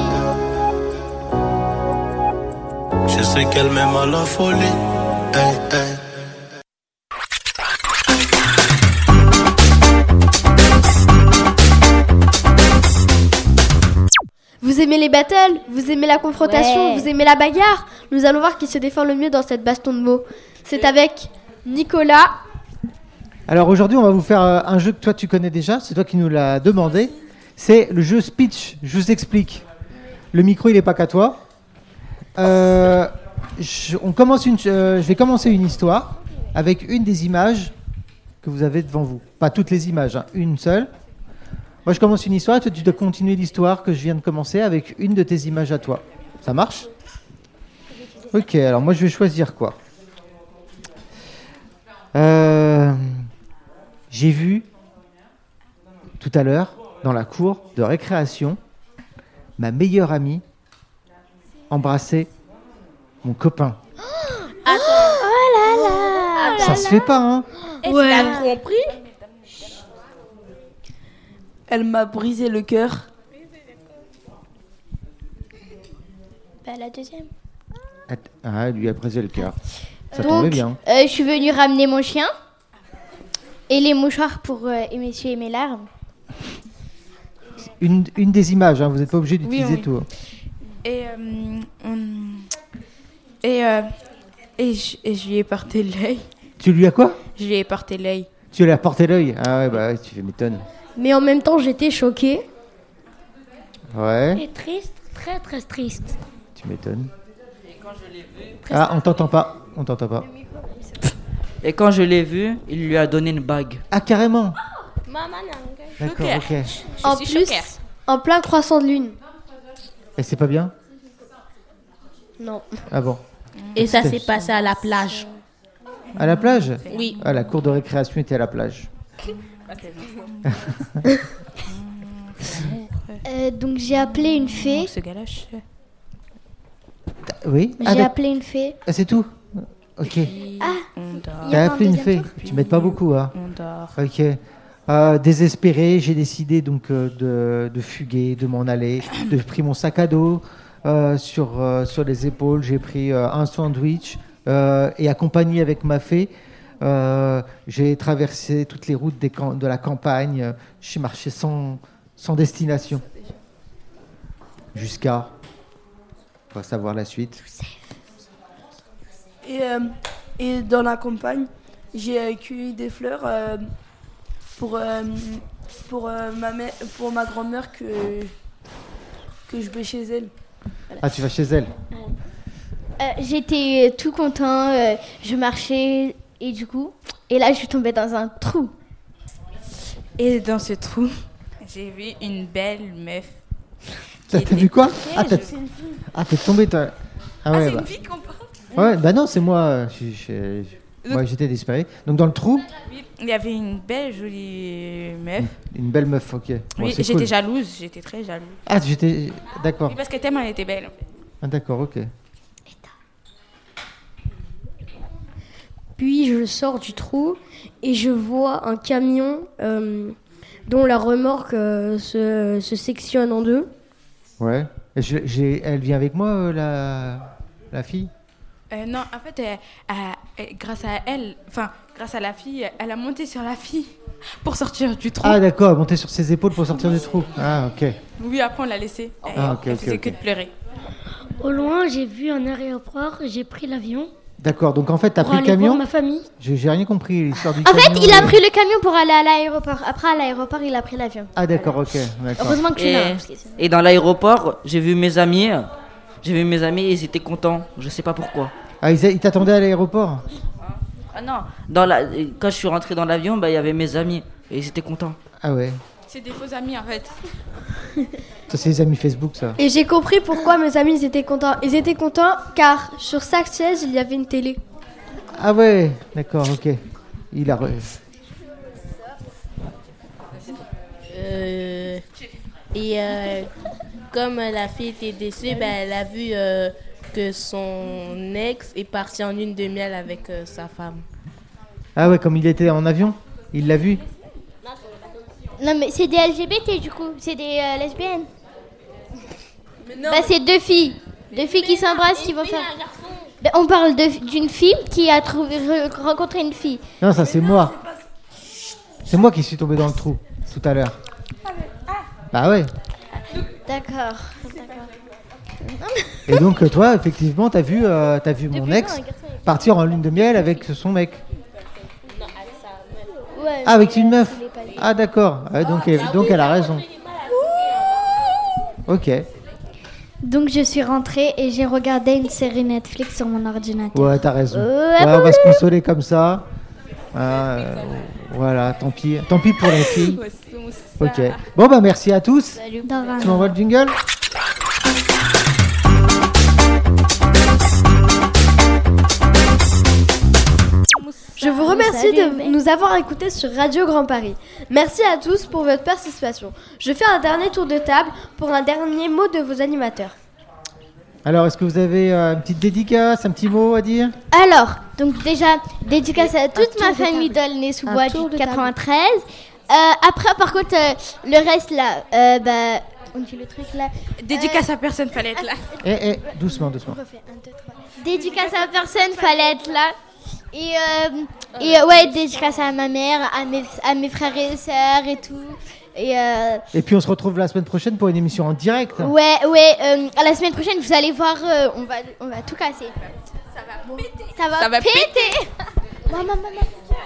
Je sais qu'elle m'aime à la folie. Hey, hey. Vous aimez les battles? Vous aimez la confrontation? Ouais. Vous aimez la bagarre? Nous allons voir qui se défend le mieux dans cette baston de mots. C'est avec Nicolas. Alors aujourd'hui, on va vous faire euh, un jeu que toi tu connais déjà, c'est toi qui nous l'as demandé. C'est le jeu Speech. Je vous explique. Le micro, il n'est pas qu'à toi. Euh, je, on commence une, euh, je vais commencer une histoire avec une des images que vous avez devant vous. Pas toutes les images, hein, une seule. Moi, je commence une histoire et toi, tu dois continuer l'histoire que je viens de commencer avec une de tes images à toi. Ça marche ? Ok, alors moi, je vais choisir quoi ? euh, J'ai vu tout à l'heure, dans la cour de récréation, ma meilleure amie embrasser mon copain. Attends. Oh là là. Ça se fait pas, hein ? Et Ouais. tu l'as compris? Elle m'a brisé le cœur. Bah, la deuxième. Ah, lui a brisé le cœur. Ça Donc, tombait bien. euh, je suis venue ramener mon chien et les mouchoirs pour euh, essuyer mes larmes. Une, une des images, hein, vous n'êtes pas obligé d'utiliser oui. tout. Et, euh, on- et, euh, et, je, et je lui ai porté l'œil. Tu lui as quoi ? Je lui ai porté l'œil. Tu l'as porté l'œil. Ah ouais, bah ouais, tu m'étonnes. Mais en même temps, j'étais choquée. Ouais. Et triste, très très triste. Tu m'étonnes. Ah, on t'entend pas. On t'entend pas. Et quand je l'ai vu, il lui a donné une bague. Ah, carrément. Maman, D'accord, ok. En plus, en plein croissant de lune. Et c'est pas bien? Non. Ah bon. Et ça s'est passé à la plage. À la plage? Oui. Ah, la cour de récréation était à la plage. Euh, donc j'ai appelé une fée. Ce galoche. Oui. J'ai Ah, d'ac- appelé une fée. ah, c'est tout? Ok. Ah, On dort. il y T'as aura un appelé une deuxième fée. tour Tu m'aides pas beaucoup, hein? On dort. Ok. Euh, désespéré, j'ai décidé donc euh, de, de fuguer, de m'en aller. J'ai pris mon sac à dos euh, sur, euh, sur les épaules. J'ai pris euh, un sandwich euh, et accompagné avec ma fée, euh, j'ai traversé toutes les routes des cam- de la campagne. J'ai marché sans, sans destination jusqu'à. On va savoir la suite. Et, euh, et dans la campagne, j'ai euh, cueilli des fleurs euh, pour, euh, pour, euh, ma mère, pour ma grand-mère que, que je vais chez elle. Ah, tu vas chez elle? Euh, J'étais tout content, euh, je marchais et du coup, et là je suis tombée dans un trou. Et dans ce trou, j'ai vu une belle meuf. T'as t'as vu quoi? Ah, t'as- ah, t'es tombé toi. Ah ouais, Ah, c'est bah. une fille qu'on parle. Ouais, bah non, c'est moi. je- je- je- Moi, j'étais désespéré. Donc dans le trou, Oui, il y avait une belle jolie meuf. une belle meuf, ok. Bon, Oui, c'est j'étais cool. jalouse, j'étais très jalouse. Ah, j'étais. D'accord. Oui, parce que tellement elle était belle. Ah, d'accord, ok. Puis je sors du trou et je vois un camion euh, dont la remorque euh, se, se sectionne en deux. Ouais. Et je- j'ai- elle vient avec moi, euh, la, la fille? Euh, non, en fait, euh, euh, euh, grâce à elle, enfin, grâce à la fille, elle a monté sur la fille pour sortir du trou. Ah, d'accord, monter sur ses épaules pour sortir du trou. Ah, ok. Oui, après on l'a laissée. Elle, Ah, ok, elle ok, faisait ok. que de pleurer. Au loin, j'ai vu un aéroport, j'ai pris l'avion D'accord, donc en fait, t'as pour pris le aller voir camion? ma famille. J'ai j'ai rien compris, l'histoire du En camion. fait, il a euh. pris le camion pour aller à l'aéroport. Après, à l'aéroport, il a pris l'avion. Ah, d'accord, ok. D'accord. Heureusement que tu l'as. hein, Et, parce que sinon- et dans l'aéroport, j'ai vu mes amis. J'ai vu mes amis et ils étaient contents. Je sais pas pourquoi. Ah, ils, a- ils t'attendaient à l'aéroport? Ah non, dans la, quand je suis rentré dans l'avion, bah, il y avait mes amis et ils étaient contents. Ah ouais. C'est des faux amis en fait. Ça, c'est les amis Facebook, ça. Et j'ai compris pourquoi mes amis ils étaient contents. Ils étaient contents car sur chaque siège il y avait une télé. Ah ouais, d'accord, ok. Il a... re- Euh, et euh, comme la fille était décédée, ben, elle a vu euh, que son ex est parti en lune de miel avec euh, sa femme. Ah ouais, comme il était en avion? Il l'a vu? Non, mais c'est des L G B T du coup. C'est des euh, lesbiennes. Bah, c'est deux filles. Deux filles qui s'embrassent, qui vont faire. Bah, on parle de- d'une fille qui a trouvé, re- rencontré une fille. Non, ça c'est moi. C'est moi qui suis tombé dans le trou tout à l'heure. Bah ouais. D'accord. Et donc euh, toi, effectivement, t'as vu, euh, t'as vu mon Depuis ex quand, un garçon, partir en lune de miel avec son mec. Ouais, Ah, avec une meuf. je l'ai pas dit. Ah d'accord. Ouais, donc, elle- donc elle a raison. Ok. Donc je suis rentrée et j'ai regardé une série Netflix sur mon ordinateur. Ouais, t'as raison. Ouais, Ouais, on va se consoler comme ça. Ah, euh, voilà, tant pis. Tant pis pour les filles. Ok. Bon bah merci à tous. Salut. De rien. Tu m'envoies le jingle? Je vous remercie de nous avoir écoutés sur Radio Grand Paris. Merci à tous pour votre participation. Je fais un dernier tour de table pour un dernier mot de vos animateurs. Alors, est-ce que vous avez euh, une petite dédicace, un petit mot à dire? Alors, donc déjà, dédicace à toute ma tour de famille table. d'Aulnay-sous-Bois Un du tour de table. quatre-vingt-treize. Euh, après, par contre, euh, le reste là, euh, bah, on dit le truc là. Dédicace à personne, fallait être là. Eh, eh, doucement, doucement. On refait un, deux, trois. Dédicace à personne, fallait être là. Et, euh, et euh, ouais, dédicace à ma mère, à mes, à mes frères et sœurs et tout. Et euh, Et puis on se retrouve la semaine prochaine pour une émission en direct. ouais, ouais, euh, à la semaine prochaine, vous allez voir, euh, on, va, on va tout casser. Ça va péter. Ça va, Ça va péter. Maman, maman.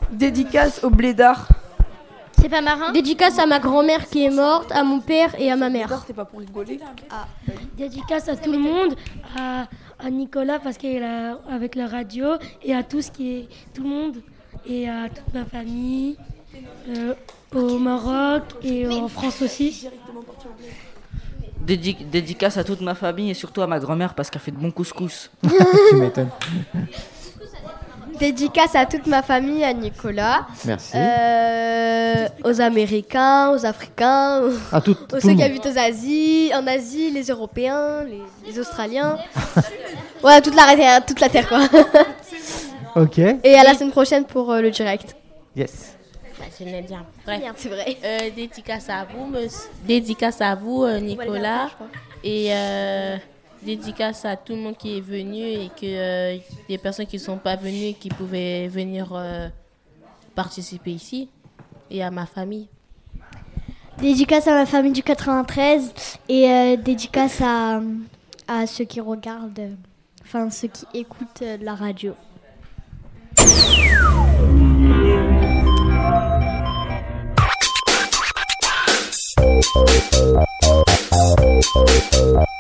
Dédicace au blédard. C'est pas marin? Dédicace à ma grand-mère qui est morte, à mon père et à ma mère. Blédard, c'est pas pour rigoler. Ah. Dédicace à tout le monde, à, à Nicolas parce qu'il est là avec la radio et à tout ce qui est tout le monde et à toute ma famille euh, au Maroc et en France aussi. Dédi- dédicace à toute ma famille et surtout à ma grand-mère parce qu'elle fait de bons couscous. Tu m'étonnes. Dédicace à toute ma famille, à Nicolas. Merci. Euh, aux Américains, aux Africains, aux, À tout, aux tout ceux le qui monde. habitent aux Asie, en Asie, les Européens, les, les Australiens. Ouais, toute la, terre- toute la Terre, quoi. Ok. Et à la semaine prochaine pour euh, le direct. Yes. Bah, je venais de dire. Bref. Merde, c'est vrai. Euh, dédicace à vous, monsieur. Dédicace à vous, euh, Nicolas. Et euh, dédicace à tout le monde qui est venu et que euh, les personnes qui ne sont pas venues et qui pouvaient venir euh, participer ici. Et à ma famille. Dédicace à ma famille du quatre-vingt-treize et euh, dédicace à, à ceux qui regardent, euh, enfin ceux qui écoutent euh, la radio. Thank you.